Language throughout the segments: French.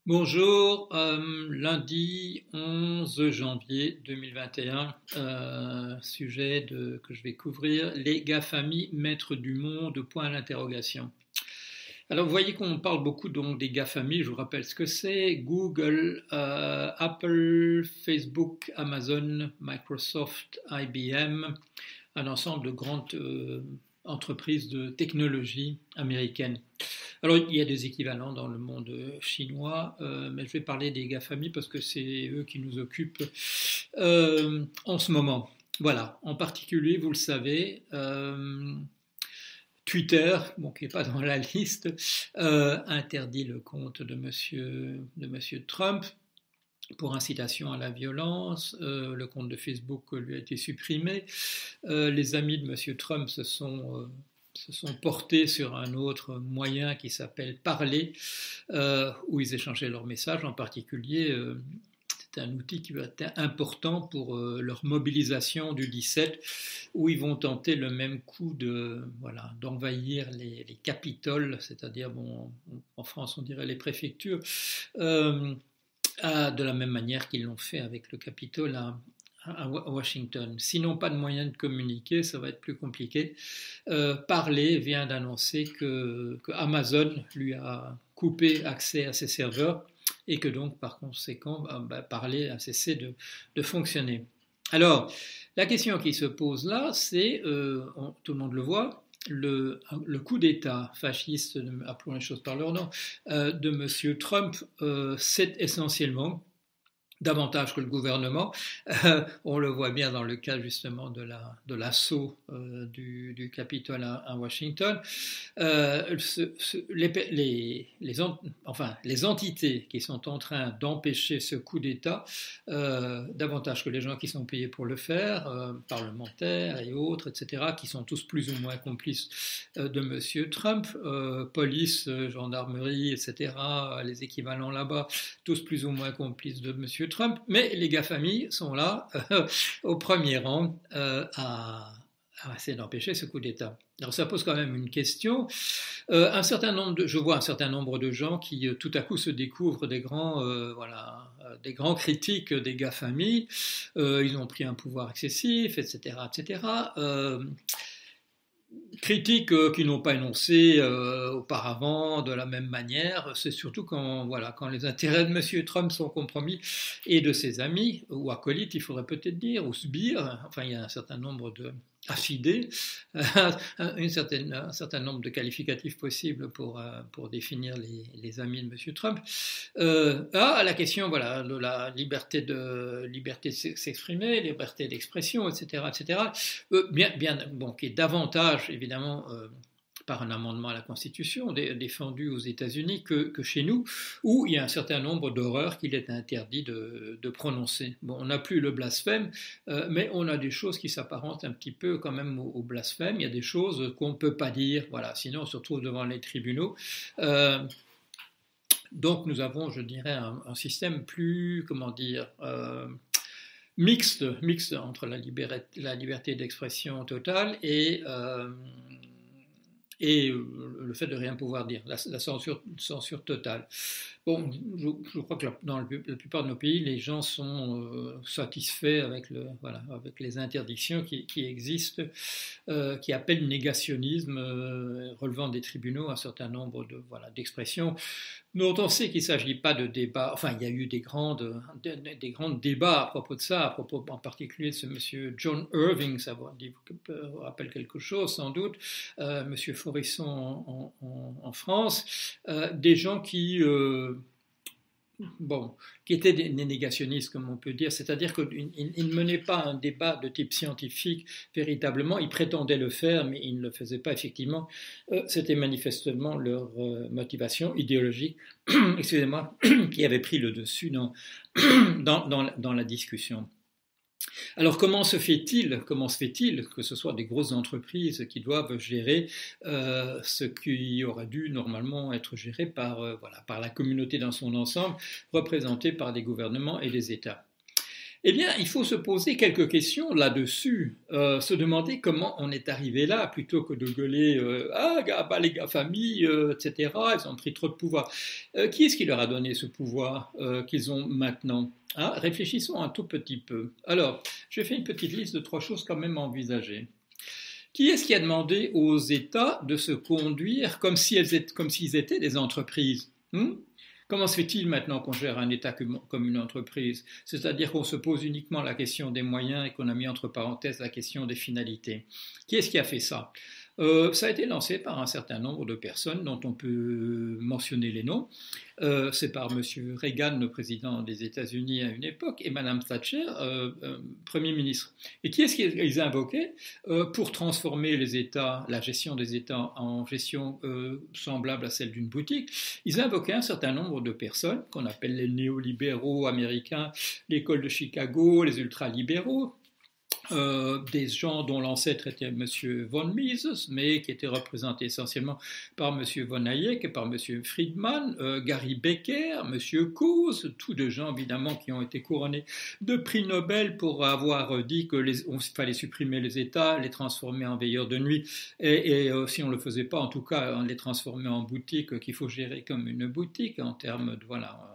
Bonjour, lundi 11 janvier 2021, que je vais couvrir, les GAFAMI, maîtres du monde, point d'interrogation. Alors vous voyez qu'on parle beaucoup donc des GAFAMI, je vous rappelle ce que c'est, Google, Apple, Facebook, Amazon, Microsoft, IBM, un ensemble de grandes entreprises de technologie américaines. Alors, il y a des équivalents dans le monde chinois, mais je vais parler des GAFAMI parce que c'est eux qui nous occupent en ce moment. Voilà, en particulier, vous le savez, Twitter, bon, qui n'est pas dans la liste, interdit le compte de monsieur Trump pour incitation à la violence. Le compte de Facebook lui a été supprimé. Les amis de monsieur Trump se sont portés sur un autre moyen qui s'appelle Parler, où ils échangeaient leurs messages. En particulier, c'est un outil qui va être important pour leur mobilisation du 17, où ils vont tenter le même coup d'envahir les capitoles, c'est-à-dire, bon, en France on dirait les préfectures, de la même manière qu'ils l'ont fait avec le Capitole à Washington. Sinon, pas de moyen de communiquer, ça va être plus compliqué. Parler vient d'annoncer que Amazon lui a coupé accès à ses serveurs et que donc, par conséquent, Parler a cessé de fonctionner. Alors, la question qui se pose là, c'est, tout le monde le voit, le coup d'État fasciste, appelons les choses par leur nom, de M. Trump, c'est essentiellement, davantage que le gouvernement. On le voit bien dans le cas justement de l'assaut du Capitole à Washington. Les entités qui sont en train d'empêcher ce coup d'État, davantage que les gens qui sont payés pour le faire, parlementaires et autres, etc., qui sont tous plus ou moins complices de M. Trump, police, gendarmerie, etc., les équivalents là-bas, tous plus ou moins complices de M. Trump, mais les GAFAMI sont là au premier rang à essayer d'empêcher ce coup d'État. Alors ça pose quand même une question. Je vois un certain nombre de gens qui tout à coup se découvrent des grands critiques des GAFAMI. Ils ont pris un pouvoir excessif, etc., etc. Critiques qui n'ont pas énoncé auparavant de la même manière, c'est surtout quand les intérêts de M. Trump sont compromis et de ses amis, ou acolytes, il faudrait peut-être dire, ou sbires, enfin il y a un certain nombre de affidés, un certain nombre de qualificatifs possibles pour définir les amis de M. Trump. La question de la liberté de s'exprimer, liberté d'expression, etc., etc., qui est davantage évidemment par un amendement à la Constitution défendu aux États-Unis que chez nous, où il y a un certain nombre d'horreurs qu'il est interdit de prononcer. Bon, on n'a plus le blasphème, mais on a des choses qui s'apparentent un petit peu quand même au blasphème. Il y a des choses qu'on ne peut pas dire, voilà, sinon on se retrouve devant les tribunaux. Donc nous avons, je dirais, un système plus, mixte entre la liberté d'expression totale et le fait de rien pouvoir dire, la censure totale. Bon, je crois que dans la plupart de nos pays, les gens sont satisfaits avec les interdictions qui existent, qui appellent le négationnisme, relevant des tribunaux un certain nombre d'expressions. Dont on sait qu'il ne s'agit pas de débats, enfin il y a eu des grands débats à propos de ça, à propos en particulier de ce monsieur John Irving, ça vous rappelle quelque chose sans doute, monsieur Forisson en France, des gens qui étaient des négationnistes, comme on peut dire, c'est-à-dire qu'ils ne menaient pas un débat de type scientifique véritablement, ils prétendaient le faire, mais ils ne le faisaient pas effectivement. C'était manifestement leur motivation idéologique, excusez-moi, qui avait pris le dessus dans la discussion. Alors comment se fait-il que ce soit des grosses entreprises qui doivent gérer ce qui aurait dû normalement être géré par la communauté dans son ensemble, représentée par des gouvernements et des États? Eh bien, il faut se poser quelques questions là-dessus, se demander comment on est arrivé là, plutôt que de gueuler ah bah, les GAFAMI, etc. Ils ont pris trop de pouvoir. Qui est-ce qui leur a donné ce pouvoir qu'ils ont maintenant? Hein, réfléchissons un tout petit peu. Alors, je vais faire une petite liste de 3 choses quand même à envisager. Qui est-ce qui a demandé aux États de se conduire comme s'ils étaient des entreprises? Comment se fait-il maintenant qu'on gère un État comme une entreprise? C'est-à-dire qu'on se pose uniquement la question des moyens et qu'on a mis entre parenthèses la question des finalités. Qui est-ce qui a fait ça? Ça a été lancé par un certain nombre de personnes dont on peut mentionner les noms. C'est par M. Reagan, le président des États-Unis à une époque, et Mme Thatcher, Premier ministre. Et qui est-ce qu'ils invoquaient pour transformer les États, la gestion des États en gestion semblable à celle d'une boutique? Ils invoquaient un certain nombre de personnes qu'on appelle les néolibéraux américains, l'école de Chicago, les ultralibéraux. Des gens dont l'ancêtre était M. von Mises, mais qui était représenté essentiellement par M. von Hayek et par M. Friedman, Gary Becker, M. Coase, tous de gens évidemment qui ont été couronnés de prix Nobel pour avoir dit qu'il fallait supprimer les États, les transformer en veilleurs de nuit, et si on ne le faisait pas, en tout cas, les transformer en boutique, qu'il faut gérer comme une boutique en termes de, voilà,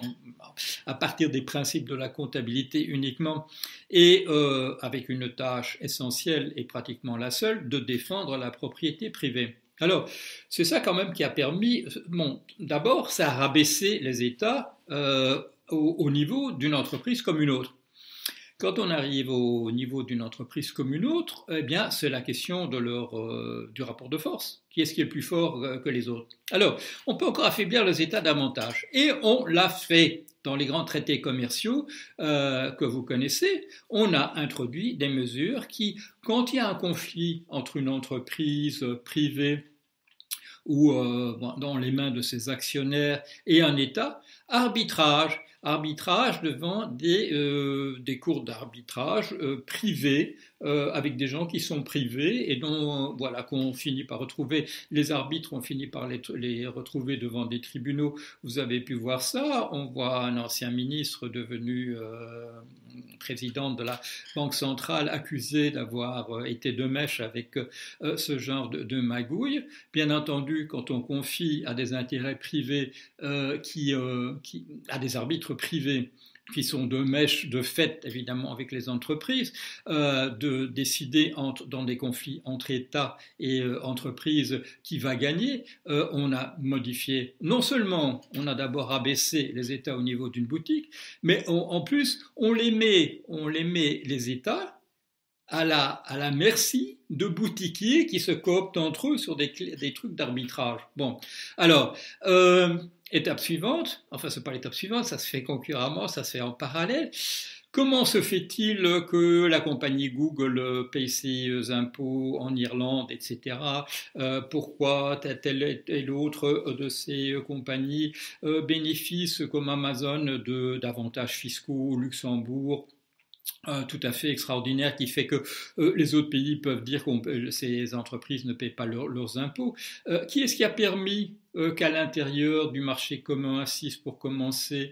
à partir des principes de la comptabilité uniquement, et avec une tâche essentielle et pratiquement la seule, de défendre la propriété privée. Alors, c'est ça quand même qui a permis, bon, d'abord, ça a rabaissé les États au niveau d'une entreprise comme une autre. Quand on arrive au niveau d'une entreprise comme une autre, eh bien, c'est la question de du rapport de force. Qui est-ce qui est le plus fort que les autres? Alors, on peut encore affaiblir les États davantage. Et on l'a fait dans les grands traités commerciaux que vous connaissez. On a introduit des mesures qui, quand il y a un conflit entre une entreprise privée ou dans les mains de ses actionnaires et un État, arbitrage devant des cours d'arbitrage privés avec des gens qui sont privés et dont voilà qu'on finit par retrouver, les arbitres ont fini par les retrouver devant des tribunaux. Vous avez pu voir ça, on voit un ancien ministre devenu président de la Banque centrale accusé d'avoir été de mèche avec ce genre de magouille. Bien entendu, quand on confie à des intérêts privés à des arbitres privés qui sont de mèche de fait évidemment avec les entreprises, de décider dans des conflits entre États et entreprises qui va gagner, on a modifié, non seulement on a d'abord abaissé les États au niveau d'une boutique, mais en plus on les met les États à la merci de boutiquiers qui se cooptent entre eux sur des trucs d'arbitrage. Bon, alors, étape suivante, enfin c'est pas l'étape suivante, ça se fait concurremment, ça se fait en parallèle. Comment se fait-il que la compagnie Google paye ses impôts en Irlande, etc. Pourquoi telle et l'autre de ces compagnies bénéficient comme Amazon d'avantages fiscaux au Luxembourg tout à fait extraordinaire qui fait que les autres pays peuvent dire que ces entreprises ne paient pas leurs impôts. Qui est-ce qui a permis qu'à l'intérieur du marché commun à 6 pour commencer,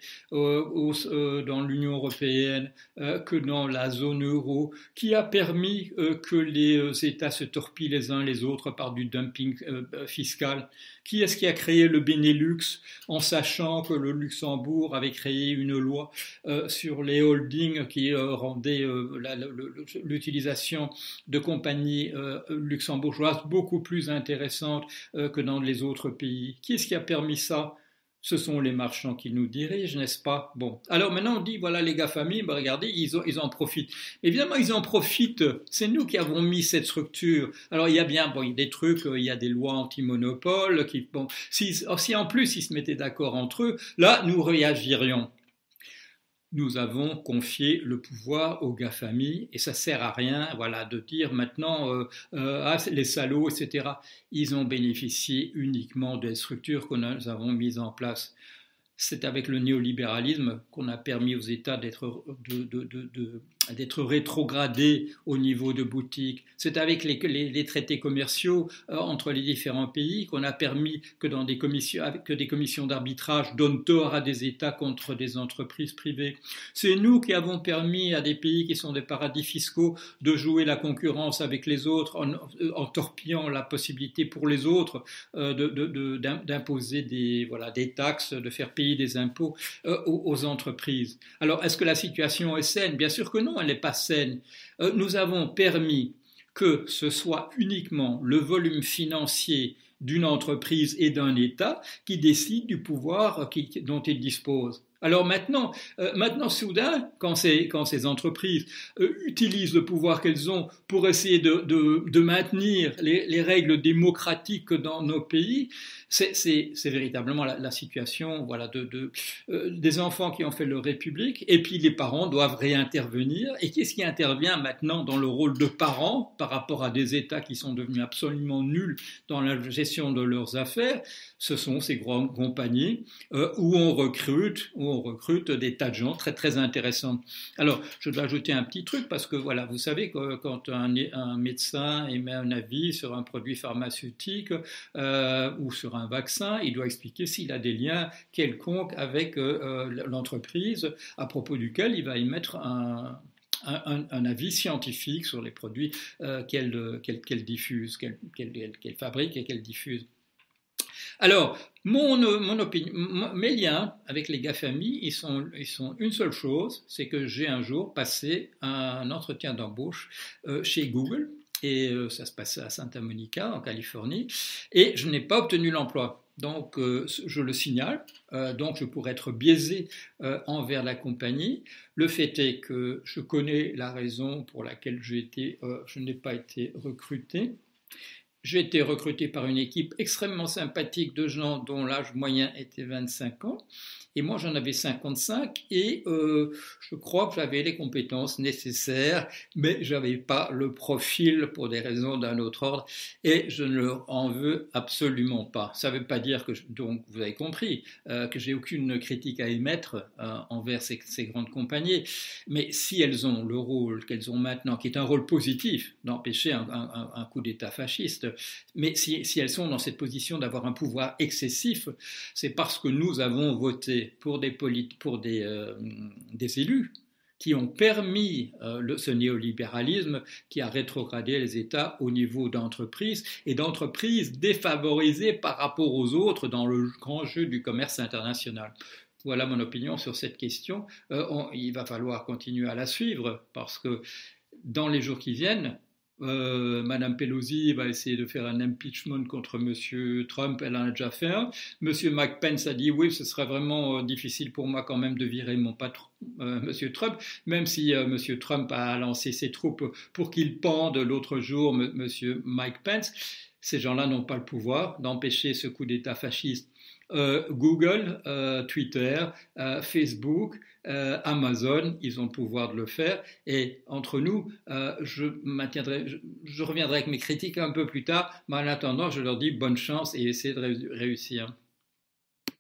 dans l'Union européenne, que dans la zone euro, qui a permis que les États se torpillent les uns les autres par du dumping fiscal? Qui est-ce qui a créé le Benelux en sachant que le Luxembourg avait créé une loi sur les holdings qui rendait l'utilisation de compagnies luxembourgeoises beaucoup plus intéressante que dans les autres pays? Qui est-ce qui a permis ça? Ce sont les marchands qui nous dirigent, n'est-ce pas? Bon, alors maintenant on dit, voilà les GAFAMI, ben regardez, ils en profitent. Évidemment, ils en profitent, c'est nous qui avons mis cette structure. Alors il y a bien, il y a des trucs, il y a des lois anti-monopole, si en plus ils se mettaient d'accord entre eux, là nous réagirions. Nous avons confié le pouvoir aux GAFAMI et ça sert à rien, voilà, de dire maintenant les salauds, etc. Ils ont bénéficié uniquement des structures que nous avons mises en place. C'est avec le néolibéralisme qu'on a permis aux États d'être rétrogradé au niveau de boutiques. C'est avec les traités commerciaux entre les différents pays qu'on a permis que des commissions d'arbitrage donnent tort à des États contre des entreprises privées. C'est nous qui avons permis à des pays qui sont des paradis fiscaux de jouer la concurrence avec les autres en torpillant la possibilité pour les autres d'imposer des taxes, de faire payer des impôts aux entreprises. Alors, est-ce que la situation est saine? Bien sûr que non, elle n'est pas saine. Nous avons permis que ce soit uniquement le volume financier d'une entreprise et d'un État qui décide du pouvoir dont il dispose. Alors maintenant, soudain, quand ces entreprises utilisent le pouvoir qu'elles ont pour essayer de maintenir les règles démocratiques dans nos pays, c'est véritablement la situation, voilà, des enfants qui ont fait leur république, et puis les parents doivent réintervenir. Et qu'est-ce qui intervient maintenant dans le rôle de parents par rapport à des États qui sont devenus absolument nuls dans la gestion de leurs affaires? Ce sont ces grandes compagnies où on recrute des tas de gens très très intéressants. Alors, je dois ajouter un petit truc parce que voilà, vous savez que quand un médecin émet un avis sur un produit pharmaceutique ou sur un vaccin, il doit expliquer s'il a des liens quelconques avec l'entreprise à propos duquel il va émettre un avis scientifique sur les produits qu'elle diffuse, qu'elle fabrique et qu'elle diffuse. Alors, mon opinion, mes liens avec les GAFAMI, ils sont une seule chose, c'est que j'ai un jour passé un entretien d'embauche chez Google, et ça se passait à Santa Monica, en Californie, et je n'ai pas obtenu l'emploi. Donc, je le signale, donc je pourrais être biaisé envers la compagnie. Le fait est que je connais la raison pour laquelle je n'ai pas été recruté. J'ai été recruté par une équipe extrêmement sympathique de gens dont l'âge moyen était 25 ans. Et moi, j'en avais 55 et je crois que j'avais les compétences nécessaires, mais je n'avais pas le profil pour des raisons d'un autre ordre et je ne leur en veux absolument pas. Ça ne veut pas dire que, donc vous avez compris, que j'ai aucune critique à émettre envers ces grandes compagnies, mais si elles ont le rôle qu'elles ont maintenant, qui est un rôle positif d'empêcher un coup d'État fasciste, mais si elles sont dans cette position d'avoir un pouvoir excessif, c'est parce que nous avons voté pour des élus qui ont permis ce néolibéralisme qui a rétrogradé les États au niveau d'entreprises et d'entreprises défavorisées par rapport aux autres dans le grand jeu du commerce international. Voilà mon opinion sur cette question. Il va falloir continuer à la suivre parce que dans les jours qui viennent, Madame Pelosi va essayer de faire un impeachment contre Monsieur Trump, elle en a déjà fait un. Monsieur Mike Pence a dit oui, ce serait vraiment difficile pour moi quand même de virer mon patron, Monsieur Trump, même si Monsieur Trump a lancé ses troupes pour qu'il pende l'autre jour Monsieur Mike Pence. Ces gens-là n'ont pas le pouvoir d'empêcher ce coup d'État fasciste. Google, Twitter, Facebook, Amazon, ils ont le pouvoir de le faire. Et entre nous, je reviendrai avec mes critiques un peu plus tard, mais en attendant, je leur dis bonne chance et essayez de réussir.